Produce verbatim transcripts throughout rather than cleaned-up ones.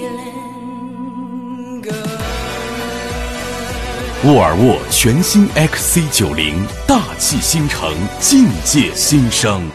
沃尔沃全新 X C 九零，大气新城，境界新生。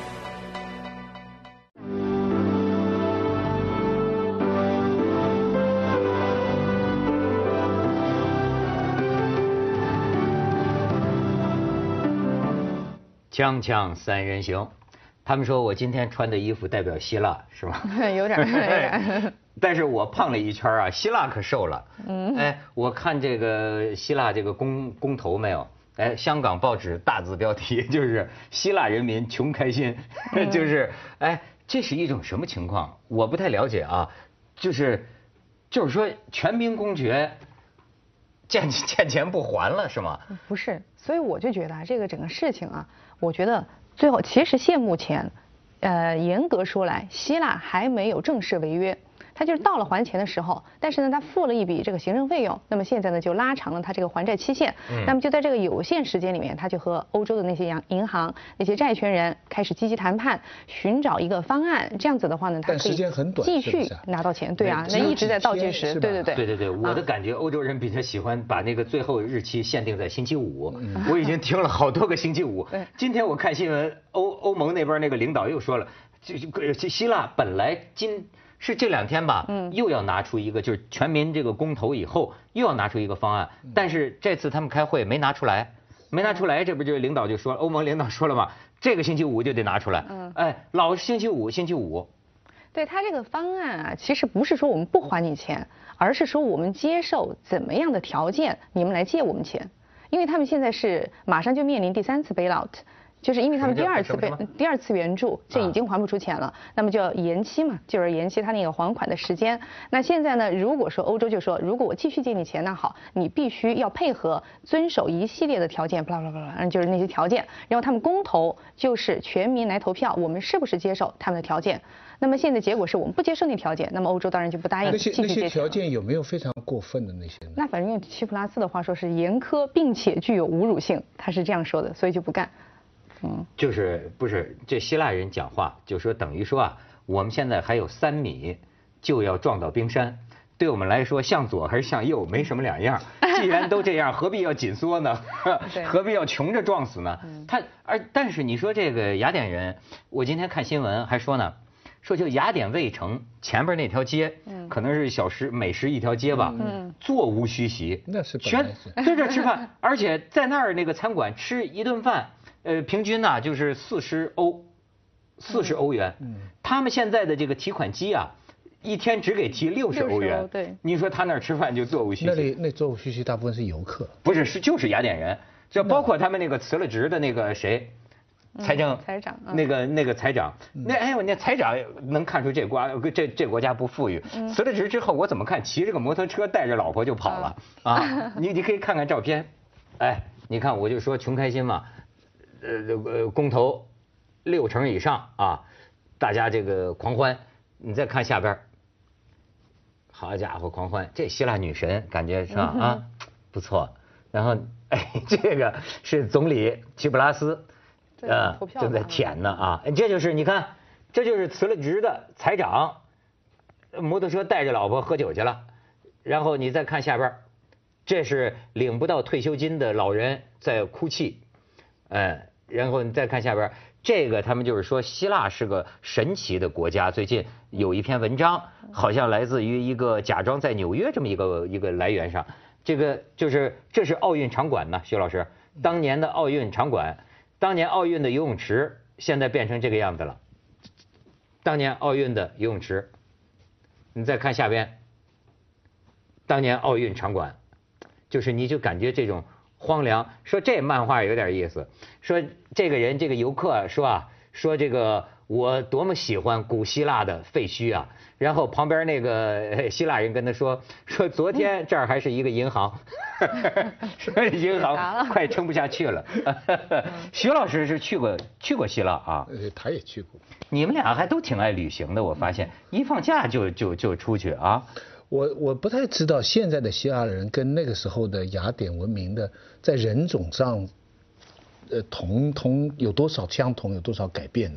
锵锵三人行，他们说我今天穿的衣服代表希腊，是吗？ 有点，有点。 但是我胖了一圈啊，希腊可瘦了。嗯，哎，我看这个希腊这个公公投没有？哎，香港报纸大字标题就是希腊人民穷开心，嗯、就是哎，这是一种什么情况？我不太了解啊，就是就是说全民公决，见见钱不还了是吗？ 不是，所以我就觉得啊，这个整个事情啊，我觉得最后其实现目前，呃，严格说来，希腊还没有正式违约。他就是到了还钱的时候，但是呢，他付了一笔这个行政费用，那么现在呢就拉长了他这个还债期限。嗯，那么就在这个有限时间里面，他就和欧洲的那些银银行、那些债权人开始积极谈判，寻找一个方案。这样子的话呢，他可以继续拿到钱。对啊，那一直在倒计时。对对对。 对对对，我的感觉，欧洲人比较喜欢把那个最后日期限定在星期五。嗯、我已经听了好多个星期五。今天我看新闻，欧欧盟那边那个领导又说了，就希腊本来今。是这两天吧，嗯，又要拿出一个，就是全民这个公投以后，又要拿出一个方案，但是这次他们开会没拿出来，没拿出来，这不就领导就说，欧盟领导说了嘛，这个星期五就得拿出来，嗯，哎，老星期五，星期五。 对他这个方案啊，其实不是说我们不还你钱，而是说我们接受怎么样的条件，你们来借我们钱，因为他们现在是马上就面临第三次 bailout。就是因为他们第二次被第二次援助，这已经还不出钱了，啊、那么就要延期嘛，就是延期他那个还款的时间。那现在呢，如果说欧洲就说，如果我继续借你钱，那好，你必须要配合遵守一系列的条件，巴拉巴拉巴拉，就是那些条件。然后他们公投就是全民来投票，我们是不是接受他们的条件？那么现在结果是我们不接受那条件，那么欧洲当然就不答应继续借钱。 那些那些条件有没有非常过分的那些呢？ 那反正用齐普拉斯的话说是严苛并且具有侮辱性，他是这样说的，所以就不干。 嗯，就是不是这希腊人讲话就说等于说啊，我们现在还有三米就要撞到冰山，对我们来说向左还是向右没什么两样。既然都这样，何必要紧缩呢？何必要穷着撞死呢？他而但是你说这个雅典人，我今天看新闻还说呢，说就雅典卫城前边那条街，嗯，可能是小时美食一条街吧，嗯，座无虚席， 那是全在这吃饭，而且在那儿那个餐馆吃一顿饭。呃，平均呢、啊、就是四十欧，四十欧元。嗯，他们现在的这个提款机啊，一天只给提六十欧元。 对， 你说他那儿吃饭就座无虚席。 那里那座无虚席大部分是游客。 不是，是就是雅典人，这包括他们那个辞了职的那个谁，财政、 嗯、财长， 那个那个财长，嗯、那哎呦，那财长能看出这国这这国家不富裕。嗯、辞了职之后，我怎么看骑着个摩托车带着老婆就跑了、嗯、啊？你你可以看看照片，哎，你看我就说穷开心嘛。呃呃，公投六成以上啊，大家这个狂欢。你再看下边，好家伙，狂欢！这希腊女神感觉是吧？啊，不错。然后哎，这个是总理齐普拉斯， 呃， 正在舔呢啊。这就是你看，这就是辞了职的财长，摩托车带着老婆喝酒去了。然后你再看下边，这是领不到退休金的老人在哭泣。嗯，然后你再看下边，这个他们就是说希腊是个神奇的国家。最近有一篇文章，好像来自于一个假装在纽约这么一个一个来源上。这个就是这是奥运场馆呢，徐老师，当年的奥运场馆，当年奥运的游泳池现在变成这个样子了。当年奥运的游泳池，你再看下边，当年奥运场馆，就是你就感觉这种。荒凉，说这漫画有点意思，说这个人这个游客说啊，说这个我多么喜欢古希腊的废墟啊，然后旁边那个希腊人跟他说，说昨天这儿还是一个银行，说银行快撑不下去了。徐老师是去过去过希腊啊？ 呃，他也去过。 你们俩还都挺爱旅行的，我发现一放假就就就出去啊。 我我不太知道现在的希腊人跟那个时候的雅典文明的在人种上，呃，同同有多少相同，有多少改变的。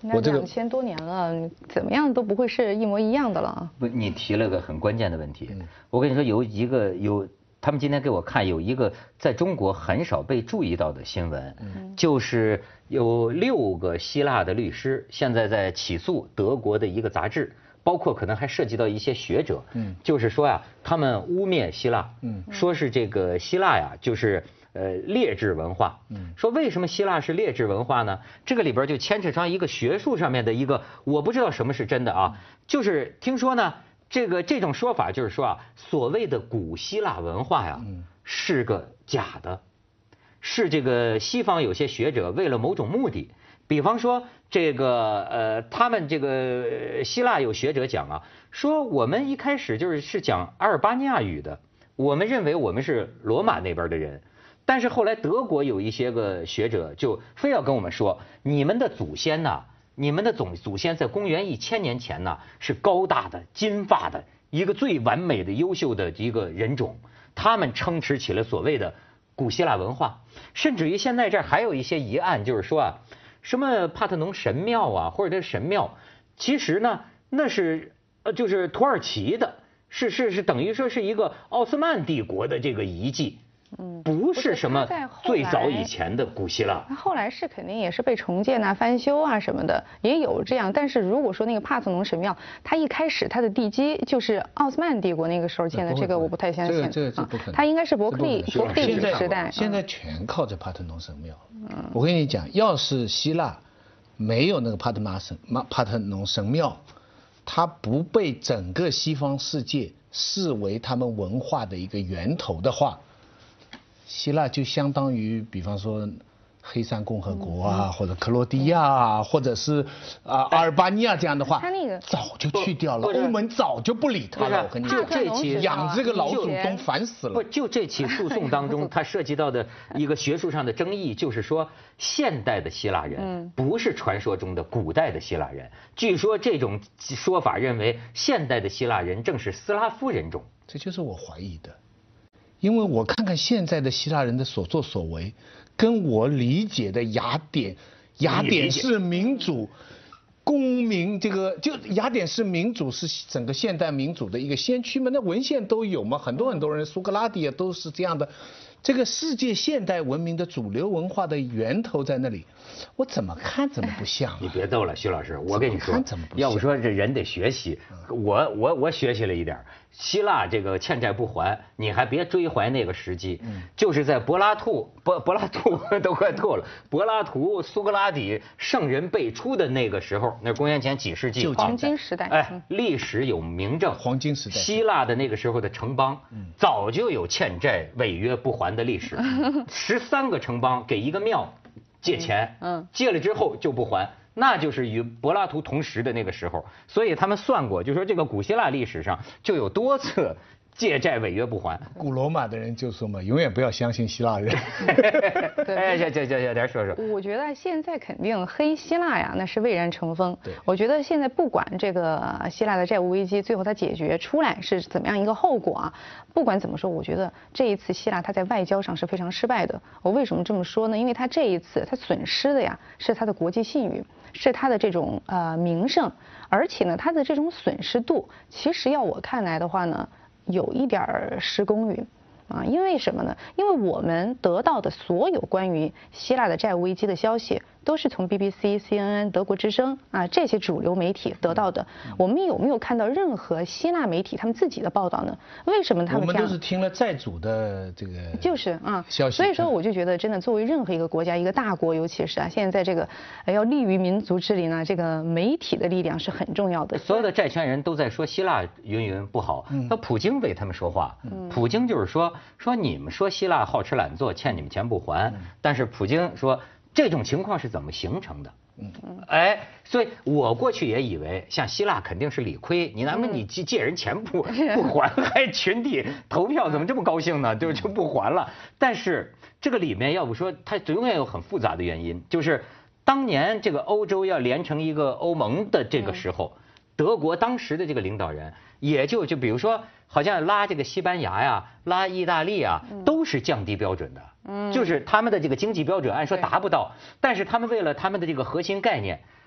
我这个两千多年了，怎么样都不会是一模一样的了。 不，你提了个很关键的问题。我跟你说，有一个有，他们今天给我看有一个在中国很少被注意到的新闻，就是有六个希腊的律师现在在起诉德国的一个杂志。包括可能还涉及到一些学者，嗯，就是说呀，他们污蔑希腊，嗯，说是这个希腊呀，就是呃劣质文化，嗯，说为什么希腊是劣质文化呢？这个里边就牵扯上一个学术上面的一个，我不知道什么是真的啊，就是听说呢，这个这种说法就是说啊，所谓的古希腊文化呀，是个假的，是这个西方有些学者为了某种目的。比方说，这个呃，他们这个希腊有学者讲啊，说我们一开始就是是讲阿尔巴尼亚语的，我们认为我们是罗马那边的人，但是后来德国有一些个学者就非要跟我们说，你们的祖先呐，你们的总祖先在公元一千年前呢是高大的、金发的一个最完美的、优秀的一个人种，他们撑持起了所谓的古希腊文化，甚至于现在这儿还有一些疑案，就是说啊。什么帕特农神庙啊，或者这神庙，其实呢，那是呃，就是土耳其的，是是是，等于说是一个奥斯曼帝国的这个遗迹，嗯，不是什么最早以前的古希腊。 它后来是肯定也是被重建啊、翻修啊什么的，也有这样。但是如果说那个帕特农神庙，它一开始它的地基就是奥斯曼帝国那个时候建的，这个我不太相信。 这个这个不可能。 它应该是伯克利伯克利时代。 现在全靠着帕特农神庙。我跟你讲，要是希腊没有那个帕特玛神帕特农神庙，它不被整个西方世界视为他们文化的一个源头的话，希腊就相当于比方说黑山共和国啊，或者克罗地亚啊，或者是啊阿尔巴尼亚这样的话， 他那个早就去掉了，欧盟早就不理他了。我跟你讲，就这起养这个老祖宗烦死了。 不，就这起诉讼当中，它涉及到的一个学术上的争议，就是说现代的希腊人不是传说中的古代的希腊人。据说这种说法认为，现代的希腊人正是斯拉夫人种。 这就是我怀疑的。因为我看看现在的希腊人的所作所为，跟我理解的雅典，雅典式民主、公民，这个就雅典式民主是整个现代民主的一个先驱嘛，那文献都有嘛，很多很多人，苏格拉底啊都是这样的。这个世界现代文明的主流文化的源头在那里，我怎么看怎么不像、啊。 你别逗了，徐老师，我跟你说，要不说这人得学习，我我我学习了一点。希腊这个欠债不还，你还别追怀那个时机，嗯、就是在柏拉图、柏柏拉图都快吐了，柏拉图、苏格拉底圣人辈出的那个时候，那公元前几世纪， 黄金时代。 哎，历史有明证， 黄金时代， 希腊的那个时候的城邦，嗯、早就有欠债违约不还的历史，十三个城邦给一个庙借钱，嗯，借了之后就不还。那就是与柏拉图同时的那个时候，所以他们算过，就说这个古希腊历史上就有多次借债违约不还。 古罗马的人就说嘛，永远不要相信希腊人。 哎，这这这这，来说说。 我觉得现在肯定黑希腊呀，那是蔚然成风。对，我觉得现在不管这个希腊的债务危机最后它解决出来是怎么样一个后果啊，不管怎么说，我觉得这一次希腊它在外交上是非常失败的。我为什么这么说呢？因为它这一次它损失的呀是它的国际信誉。是它的这种呃名声，而且呢，它的这种损失度，其实要我看来的话呢，有一点失公允啊。因为什么呢？因为我们得到的所有关于希腊的债务危机的消息，都是从 B B C、C N N、德国之声啊这些主流媒体得到的。我们有没有看到任何希腊媒体他们自己的报道呢？为什么他们这样？ 我们都是听了债主的这个就是啊消息。 所以说，我就觉得真的，作为任何一个国家、一个大国，尤其是啊，现在在这个要利于民族治理呢，这个媒体的力量是很重要的。 所有的债权人都在说希腊云云不好，那普京为他们说话。普京就是说说你们说希腊好吃懒做，欠你们钱不还，但是普京说。这种情况是怎么形成的？嗯嗯，哎，所以我过去也以为，像希腊肯定是理亏，你难不你借借人钱不不还，还群体投票怎么这么高兴呢？就就不还了。但是这个里面要不说，它永远有很复杂的原因，就是当年这个欧洲要连成一个欧盟的这个时候，德国当时的这个领导人，也就就比如说，好像拉这个西班牙呀，拉意大利啊，都是降低标准的。嗯，就是他们的这个经济标准按说达不到，但是他们为了他们的这个核心概念，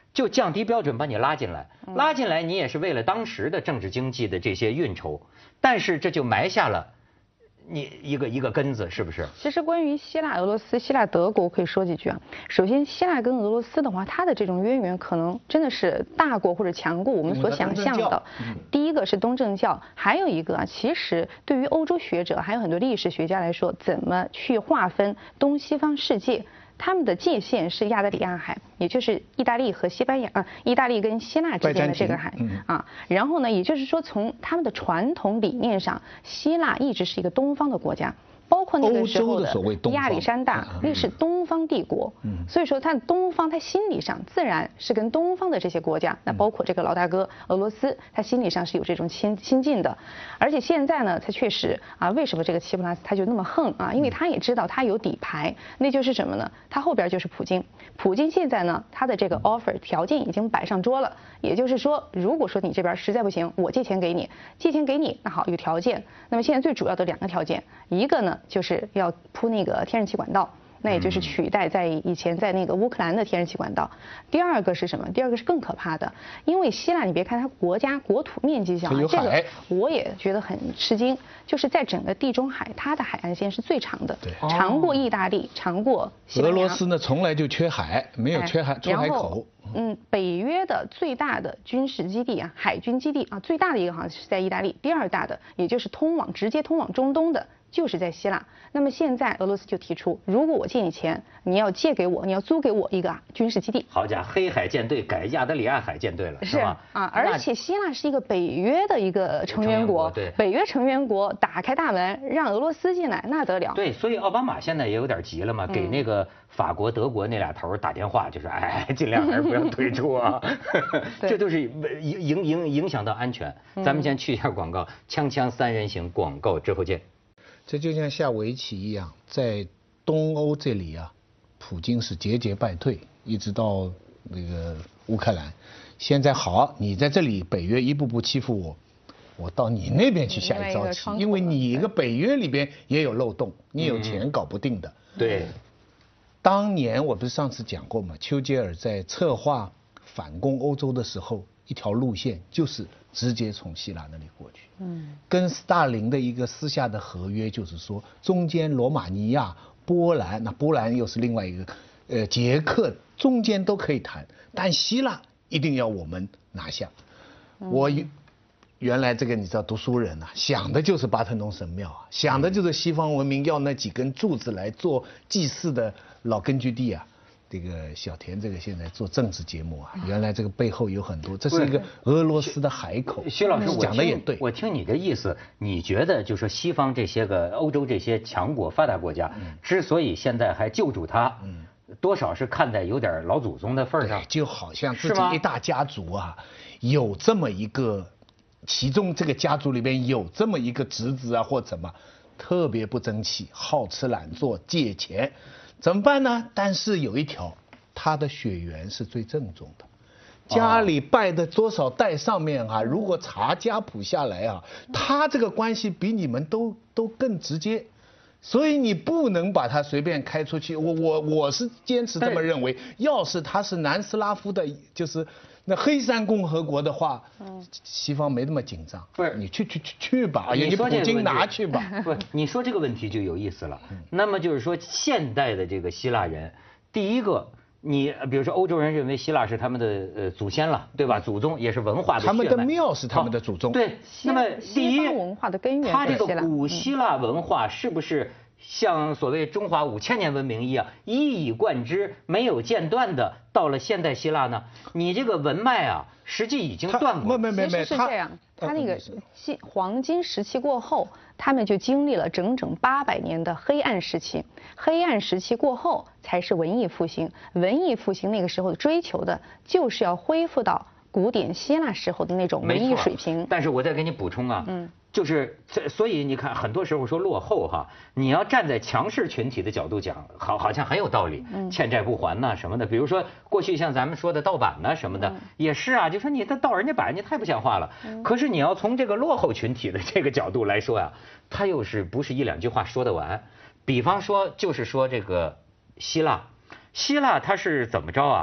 就降低标准把你拉进来，拉进来你也是为了当时的政治经济的这些运筹，但是这就埋下了你一个一个根子，是不是？ 其实关于希腊、俄罗斯、希腊、德国，我可以说几句啊。首先，希腊跟俄罗斯的话，它的这种渊源可能真的是大过或者强过我们所想象的。第一个是东正教，还有一个啊，其实对于欧洲学者还有很多历史学家来说，怎么去划分东西方世界？他们的界限是亚得里亚海，也就是意大利和西班牙啊，意大利跟希腊之间的这个海啊。然后呢，也就是说从他们的传统理念上，希腊一直是一个东方的国家。包括那个时候的亚历山大，那是东方帝国，所以说他东方，他心理上自然是跟东方的这些国家，那包括这个老大哥俄罗斯，他心理上是有这种亲亲近的。而且现在呢，他确实啊，为什么这个齐普拉斯他就那么横啊？因为他也知道他有底牌，那就是什么呢？他后边就是普京。普京现在呢，他的这个 offer 条件已经摆上桌了，也就是说，如果说你这边实在不行，我借钱给你，借钱给你，那好，有条件。那么现在最主要的两个条件，一个呢，就是要铺那个天然气管道，那也就是取代在以前在那个乌克兰的天然气管道。第二个是什么？第二个是更可怕的，因为希腊你别看它国家国土面积小，这个我也觉得很吃惊，就是在整个地中海，它的海岸线是最长的，长过意大利，长过西班牙。 俄罗斯呢，从来就缺海，没有缺海出海口。 嗯，北约的最大的军事基地啊，海军基地啊，最大的一个好像是在意大利，第二大的也就是通往直接通往中东的，就是在希腊。那么现在俄罗斯就提出，如果我借你钱，你要借给我，你要租给我一个军事基地。 好家伙，黑海舰队改亚得里亚海舰队了，是吧？ 啊，而且希腊是一个北约的一个成员国， 对， 北约成员国打开大门让俄罗斯进来，那得了。 对，所以奥巴马现在也有点急了嘛，给那个法国、德国那俩头打电话，就说哎，尽量还是不要退出啊，这都是影影影影响到安全。咱们先去一下广告，锵锵三人行广告之后见。 这就像下围棋一样，在东欧这里啊，普京是节节败退，一直到那个乌克兰。现在好，你在这里北约一步步欺负我，我到你那边去下一招棋，因为你一个北约里边也有漏洞，你有钱搞不定的。 对。 当年我不是上次讲过吗？丘吉尔在策划反攻欧洲的时候，一条路线就是直接从希腊那里过去。嗯，跟斯大林的一个私下的合约就是说，中间罗马尼亚、波兰，那波兰又是另外一个，呃，捷克中间都可以谈，但希腊一定要我们拿下。嗯、我原来这个你知道读书人啊，想的就是巴特农神庙啊，想的就是西方文明要那几根柱子来做祭祀的老根据地啊。这个小田这个现在做政治节目啊，原来这个背后有很多，这是一个俄罗斯的海口。 徐老师讲的也对， 我听你的意思，你觉得就是说西方这些个欧洲这些强国发达国家，之所以现在还救助他，多少是看在有点老祖宗的份上， 就好像自己一大家族啊，有这么一个，其中这个家族里边有这么一个侄子啊或怎么，特别不争气，好吃懒做，借钱。怎么办呢？但是有一条，他的血缘是最正宗的，家里拜的多少代上面啊，如果查家谱下来啊，他这个关系比你们都都更直接，所以你不能把他随便开出去。我我我是坚持这么认为，要是他是南斯拉夫的，就是那黑山共和国的话，嗯，西方没那么紧张。 不是， 你去去去去吧， 你普京拿去吧。 不，你说这个问题就有意思了。那么就是说，现代的这个希腊人，第一个，你比如说欧洲人认为希腊是他们的呃祖先了，对吧？祖宗也是文化的血脉。 他们的庙是他们的祖宗。 对，那么第一， 文化的根源， 他这个古希腊文化是不是像所谓中华五千年文明一样一以贯之、没有间断的到了现代希腊呢？你这个文脉啊，实际已经断过。 没没没没， 是这样。他那个金黄金时期过后，他们就经历了整整八百年的黑暗时期。黑暗时期过后，才是文艺复兴。文艺复兴那个时候追求的就是要恢复到古典希腊时候的那种文艺水平。 但是我再给你补充啊，嗯。就是所以你看，很多时候说落后哈，你要站在强势群体的角度讲，好好像很有道理，欠债不还呐什么的。比如说过去像咱们说的盗版呐什么的，也是啊，就说你这盗人家版，你太不像话了。可是你要从这个落后群体的这个角度来说呀，他又是不是一两句话说得完？比方说就是说这个希腊，希腊它是怎么着啊？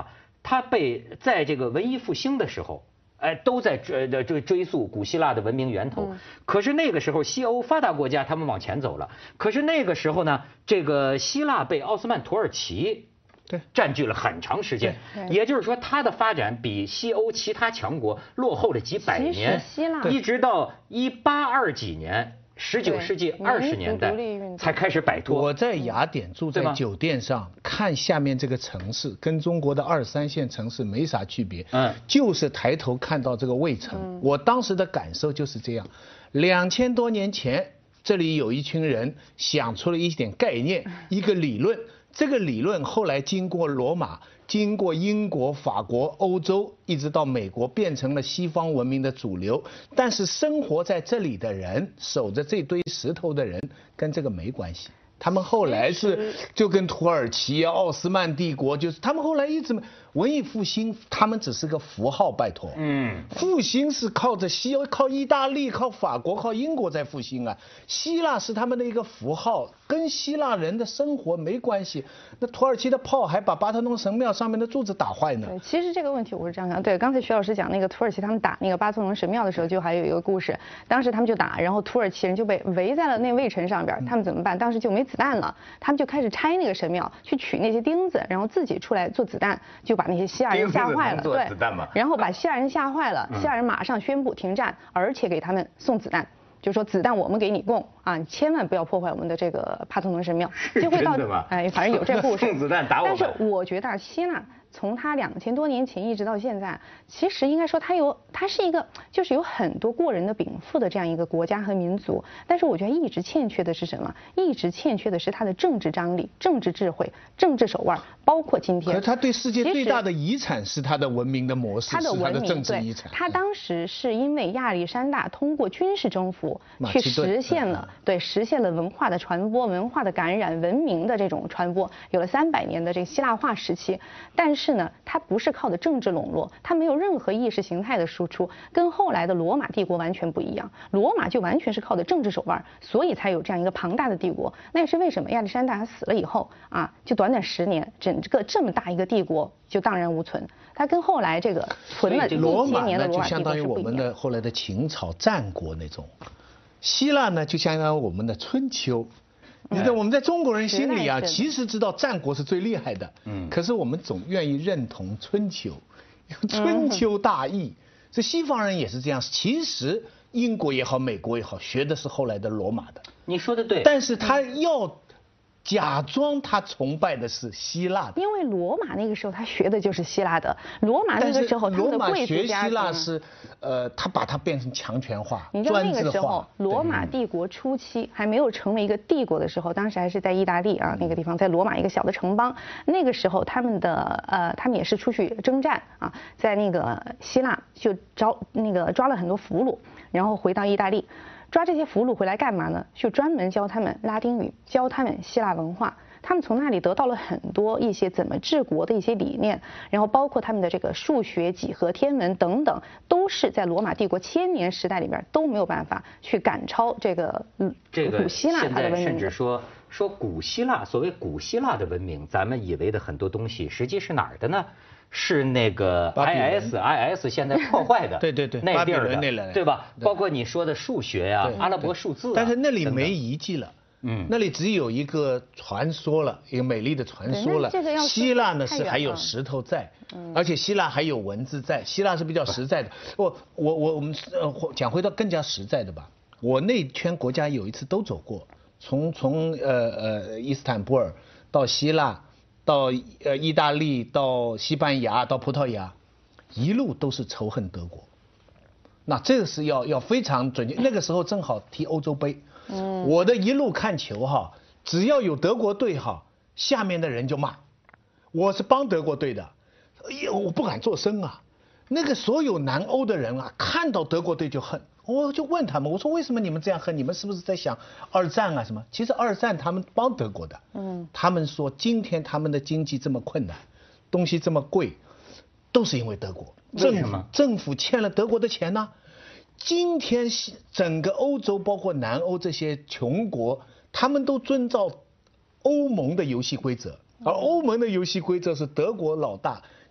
它被在这个文艺复兴的时候。哎，都在追呃追追溯古希腊的文明源头。嗯、可是那个时候，西欧发达国家他们往前走了。可是那个时候呢，这个希腊被奥斯曼土耳其对占据了很长时间。也就是说，它的发展比西欧其他强国落后了几百年， 希腊一直到一八二几年。十九世纪二十年代才开始摆脱。 我在雅典住在酒店上，看下面这个城市，跟中国的二三线城市没啥区别。嗯，就是抬头看到这个卫城，嗯、我当时的感受就是这样。两千多年前，这里有一群人想出了一点概念，一个理论。这个理论后来经过罗马，经过英国、法国、欧洲，一直到美国，变成了西方文明的主流。但是生活在这里的人，守着这堆石头的人，跟这个没关系。他们后来是就跟土耳其、奥斯曼帝国，就是他们后来一直文艺复兴，他们只是个符号，拜托。嗯，复兴是靠着西欧、靠意大利、靠法国、靠英国在复兴啊。希腊是他们的一个符号，跟希腊人的生活没关系。那土耳其的炮还把巴特农神庙上面的柱子打坏呢。 对，其实这个问题我是这样想，对，刚才徐老师讲那个土耳其他们打那个巴特农神庙的时候，就还有一个故事，当时他们就打，然后土耳其人就被围在了那卫城上边，他们怎么办？当时就没子弹了，他们就开始拆那个神庙，去取那些钉子，然后自己出来做子弹，就把那些希腊人吓坏了。对，然后把希腊人吓坏了，希腊人马上宣布停战，而且给他们送子弹。就说子弹我们给你供啊，你千万不要破坏我们的这个帕特农神庙，就会到哎，反正有这故事。 送子弹打我们。 但是我觉得希腊从它两千多年前一直到现在，其实应该说它有，它是一个就是有很多过人的禀赋的这样一个国家和民族。但是我觉得一直欠缺的是什么？一直欠缺的是它的政治张力、政治智慧、政治手腕，包括今天。 可是它对世界最大的遗产是它的文明的模式， 它的文明， 是它的政治遗产。 它当时是因为亚历山大通过军事征服去实现了，对，实现了文化的传播、文化的感染、文明的这种传播，有了三百年的这个希腊化时期。但是呢，它不是靠的政治笼络，它没有任何意识形态的输出，跟后来的罗马帝国完全不一样。罗马就完全是靠的政治手腕，所以才有这样一个庞大的帝国。那也是为什么亚历山大他死了以后啊，就短短十年，整个这么大一个帝国就荡然无存。它跟后来这个存了一千年的罗马帝国是不一样的。 罗马呢，就相当于我们的后来的秦朝、战国那种。希腊呢，就相当于我们的春秋。你在我们在中国人心里啊，其实知道战国是最厉害的，嗯，可是我们总愿意认同春秋，春秋大义。这西方人也是这样，其实英国也好，美国也好，学的是后来的罗马的。 你说的对， 但是他要假装他崇拜的是希腊的， 因为罗马那个时候他学的就是希腊的。罗马那个时候他们的贵族家学希腊是，呃，他把它变成强权化、 你知道那个时候，罗嗯马帝国初期还没有成为一个帝国的时候，当时还是在意大利啊那个地方，在罗马一个小的城邦。那个时候他们的呃，他们也是出去征战啊，在那个希腊就招那个抓了很多俘虏，然后回到意大利。抓这些俘虏回来干嘛呢？就专门教他们拉丁语，教他们希腊文化。他们从那里得到了很多一些怎么治国的一些理念，然后包括他们的这个数学、几何、天文等等，都是在罗马帝国千年时代里边都没有办法去赶超这个嗯这个古希腊它的文明。 甚至说说古希腊，所谓古希腊的文明，咱们以为的很多东西，实际是哪儿的呢？是那个 I S I S 现在破坏的， 对对对， 那地儿的， 那对吧？包括你说的数学呀、阿拉伯数字， 但是那里没遗迹了。嗯，那里只有一个传说了，一个美丽的传说了。希腊呢是还有石头在，而且希腊还有文字在。希腊是比较实在的。我我我我们呃讲回到更加实在的吧。我那圈国家有一次都走过，从从呃呃伊斯坦布尔到希腊，到呃意大利，到西班牙，到葡萄牙，一路都是仇恨德国。那这个是要要非常准确。那个时候正好踢欧洲杯。嗯，我的一路看球哈，只要有德国队哈，下面的人就骂，我是帮德国队的，哎呀，我不敢作声啊。那个所有南欧的人啊，看到德国队就恨，我就问他们，我说为什么你们这样恨？你们是不是在想二战啊什么？其实二战他们帮德国的，嗯，他们说今天他们的经济这么困难，东西这么贵，都是因为德国，政府政府欠了德国的钱呢。今天整个欧洲，包括南欧这些穷国，他们都遵照欧盟的游戏规则，而欧盟的游戏规则是德国老大，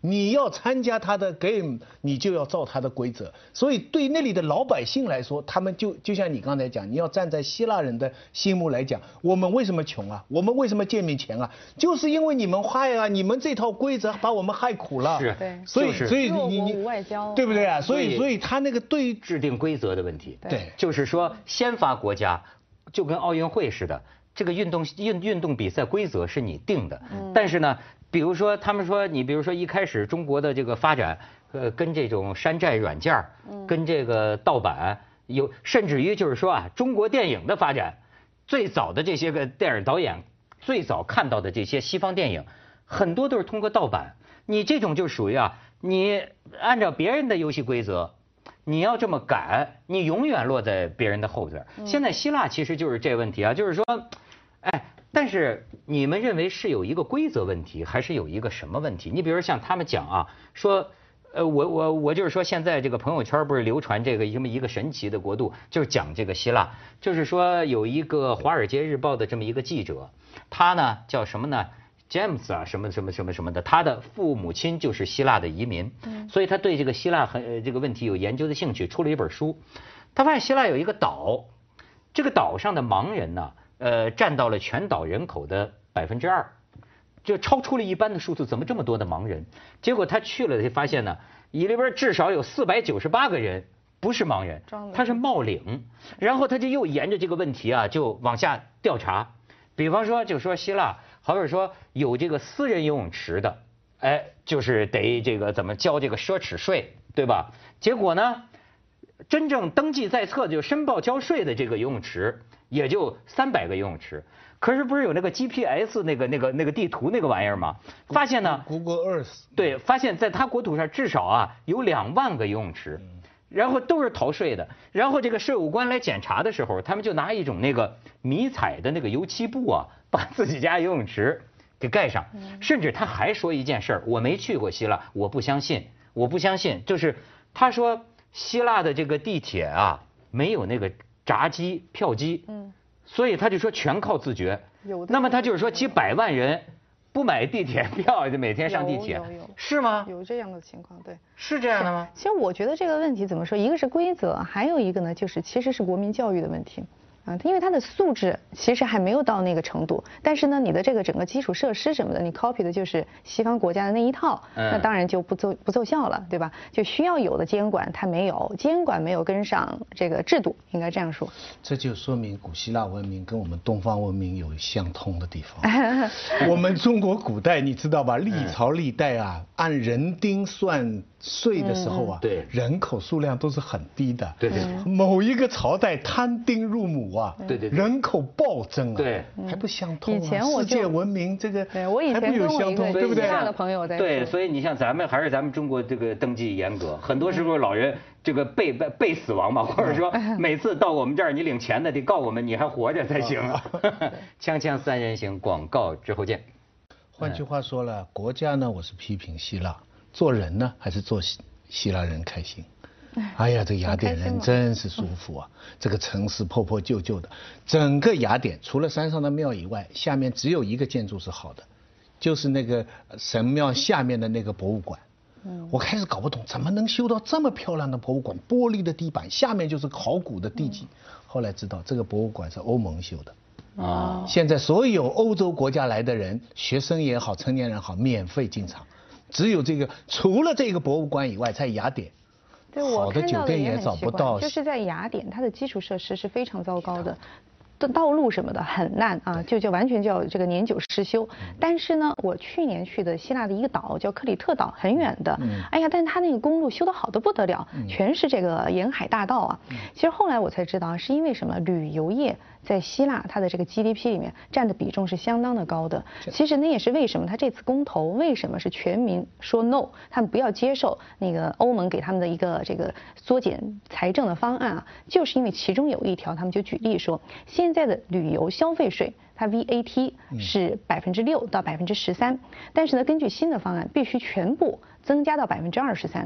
你要参加他的 game， 你就要照他的规则。所以对那里的老百姓来说，他们就就像你刚才讲，你要站在希腊人的心目来讲，我们为什么穷啊？我们为什么见面钱啊？就是因为你们害啊，你们这套规则把我们害苦了。 是， 对， 所以所以你你你外交， 对不对啊？所以所以他那个对制定规则的问题， 对， 就是说先发国家就跟奥运会似的。这个运动运运动比赛规则是你定的，嗯、但是呢，比如说他们说你比如说一开始中国的这个发展，呃，跟这种山寨软件，嗯、跟这个盗版有，甚至于就是说啊，中国电影的发展，最早的这些个电影导演最早看到的这些西方电影，很多都是通过盗版。你这种就属于啊，你按照别人的游戏规则。你要这么赶，你永远落在别人的后边。现在希腊其实就是这问题啊，就是说，哎，但是你们认为是有一个规则问题，还是有一个什么问题？你比如像他们讲啊，说，呃，我我我就是说，现在这个朋友圈不是流传这个这么一个神奇的国度，就是讲这个希腊，就是说有一个《华尔街日报》的这么一个记者，他呢叫什么呢？James 啊，什么什么什么什么的，他的父母亲就是希腊的移民，嗯、所以他对这个希腊很、呃、这个问题有研究的兴趣，出了一本书。他发现希腊有一个岛，这个岛上的盲人呢，呃，占到了全岛人口的百分之二，就超出了一般的数字。怎么这么多的盲人？结果他去了，就发现呢，里边至少有四百九十八个人不是盲人，他是冒领。然后他就又沿着这个问题啊，就往下调查。比方说，就说希腊。好比说有这个私人游泳池的，哎，就是得这个怎么交这个奢侈税，对吧？结果呢，真正登记在册就申报交税的这个游泳池也就三百个游泳池。可是不是有那个 G P S 那个那个那个地图那个玩意儿吗？发现呢 ，Google Earth 对，发现在他国土上至少啊有两万个游泳池。然后都是逃税的，然后这个税务官来检查的时候，他们就拿一种那个迷彩的那个油漆布啊，把自己家游泳池给盖上。甚至他还说一件事儿，我没去过希腊，我不相信，我不相信。就是他说希腊的这个地铁啊，没有那个闸机、票机，嗯，所以他就说全靠自觉。有的。那么他就是说几百万人。不买地铁票就每天上地铁， 有有有是吗？ 有这样的情况，对， 是这样的吗？ 其实我觉得这个问题怎么说，一个是规则，还有一个呢，就是其实是国民教育的问题。啊，因为它的素质其实还没有到那个程度，但是呢，你的这个整个基础设施什么的，你 copy 的就是西方国家的那一套，嗯、那当然就不奏不奏效了，对吧？就需要有的监管它没有，监管没有跟上这个制度，应该这样说。 这就说明古希腊文明跟我们东方文明有相通的地方。我们中国古代你知道吧？历朝历代啊，按人丁算税的时候啊， 对、嗯， 人口数量都是很低的。 对对。 某一个朝代摊丁入亩啊， 对对， 人口暴增啊， 对， 还不相通、啊。 以前我世界文明这个， 对我以前跟我一个对不对？ 的朋友在对，所以你像咱们还是咱们中国这个登记严格，很多时候老人这个被被被死亡嘛，或者说每次到我们这儿你领钱的得告我们你还活着才行啊。锵锵三人行，广告之后见。 换句话说了，国家呢我是批评希腊，做人呢还是做希希腊人开心。哎呀，这雅典人真是舒服啊！这个城市破破旧旧的，整个雅典除了山上的庙以外，下面只有一个建筑是好的，就是那个神庙下面的那个博物馆。嗯，我开始搞不懂，怎么能修到这么漂亮的博物馆？玻璃的地板，下面就是考古的地基。后来知道这个博物馆是欧盟修的。啊！现在所有欧洲国家来的人，学生也好，成年人好，免费进场。只有这个，除了这个博物馆以外，在雅典。 对，我看到的也很奇怪，就是在雅典，它的基础设施是非常糟糕的。道路什么的很烂啊，就就完全叫这个年久失修。但是呢，我去年去的希腊的一个岛叫克里特岛，很远的，哎呀，但是它那个公路修得好得不得了，全是这个沿海大道啊。其实后来我才知道，是因为什么？旅游业在希腊它的这个 G D P 里面占的比重是相当的高的。其实那也是为什么它这次公投为什么是全民说 no， 他们不要接受那个欧盟给他们的一个这个缩减财政的方案啊，就是因为其中有一条，他们就举例说，现在的旅游消费税，它 V A T 是百分之六到百分之十三，但是呢，根据新的方案，必须全部增加到百分之二十三。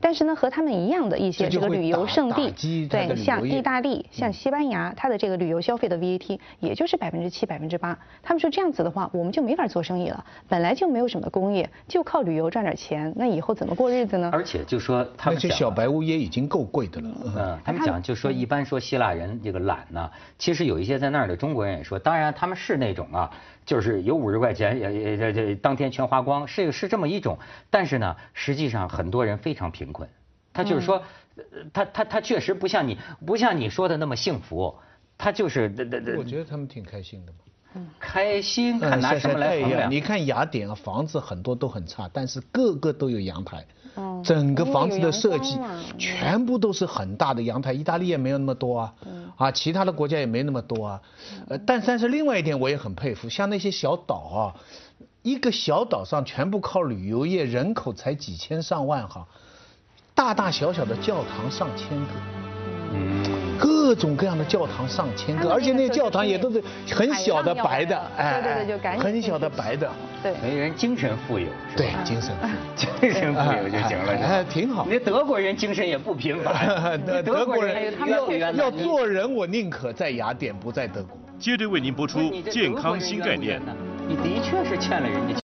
但是呢，和他们一样的一些这个旅游胜地，对，像意大利、像西班牙，它的这个旅游消费的 V A T 也就是百分之七、百分之八。他们说这样子的话，我们就没法做生意了。本来就没有什么工业，就靠旅游赚点钱，那以后怎么过日子呢？ 而且就说他们那些小白屋也已经够贵的了。 嗯，他们讲就说一般说希腊人这个懒呢，其实有一些在那儿的中国人也说，当然他们是那种啊，就是有五十块钱也也这这当天全花光，是是这么一种。但是呢，实际上很多人非常贫困，他就是说，嗯、他他他确实不像你不像你说的那么幸福，他就是这这这。 我觉得他们挺开心的嘛。 嗯、开心看拿什么来衡量？ 你看雅典啊，房子很多都很差，但是个个都有阳台。嗯、整个房子的设计全部都是很大的阳台。意大利也没有那么多啊，嗯、啊，其他的国家也没那么多啊。呃，但但是另外一点我也很佩服，像那些小岛啊，一个小岛上全部靠旅游业，人口才几千上万哈，大大小小的教堂上千个。嗯，各种各样的教堂上千个，而且那教堂也都是很小的白的， 哎，对对对，就赶紧很小的白的， 对， 没人精神富有， 对，精神精神富有就行了， 哎，挺好。 那德国人精神也不贫乏， 德国人要要做人，我宁可在雅典，不在德国。 接着为您播出健康新概念。 你的确是欠了人家。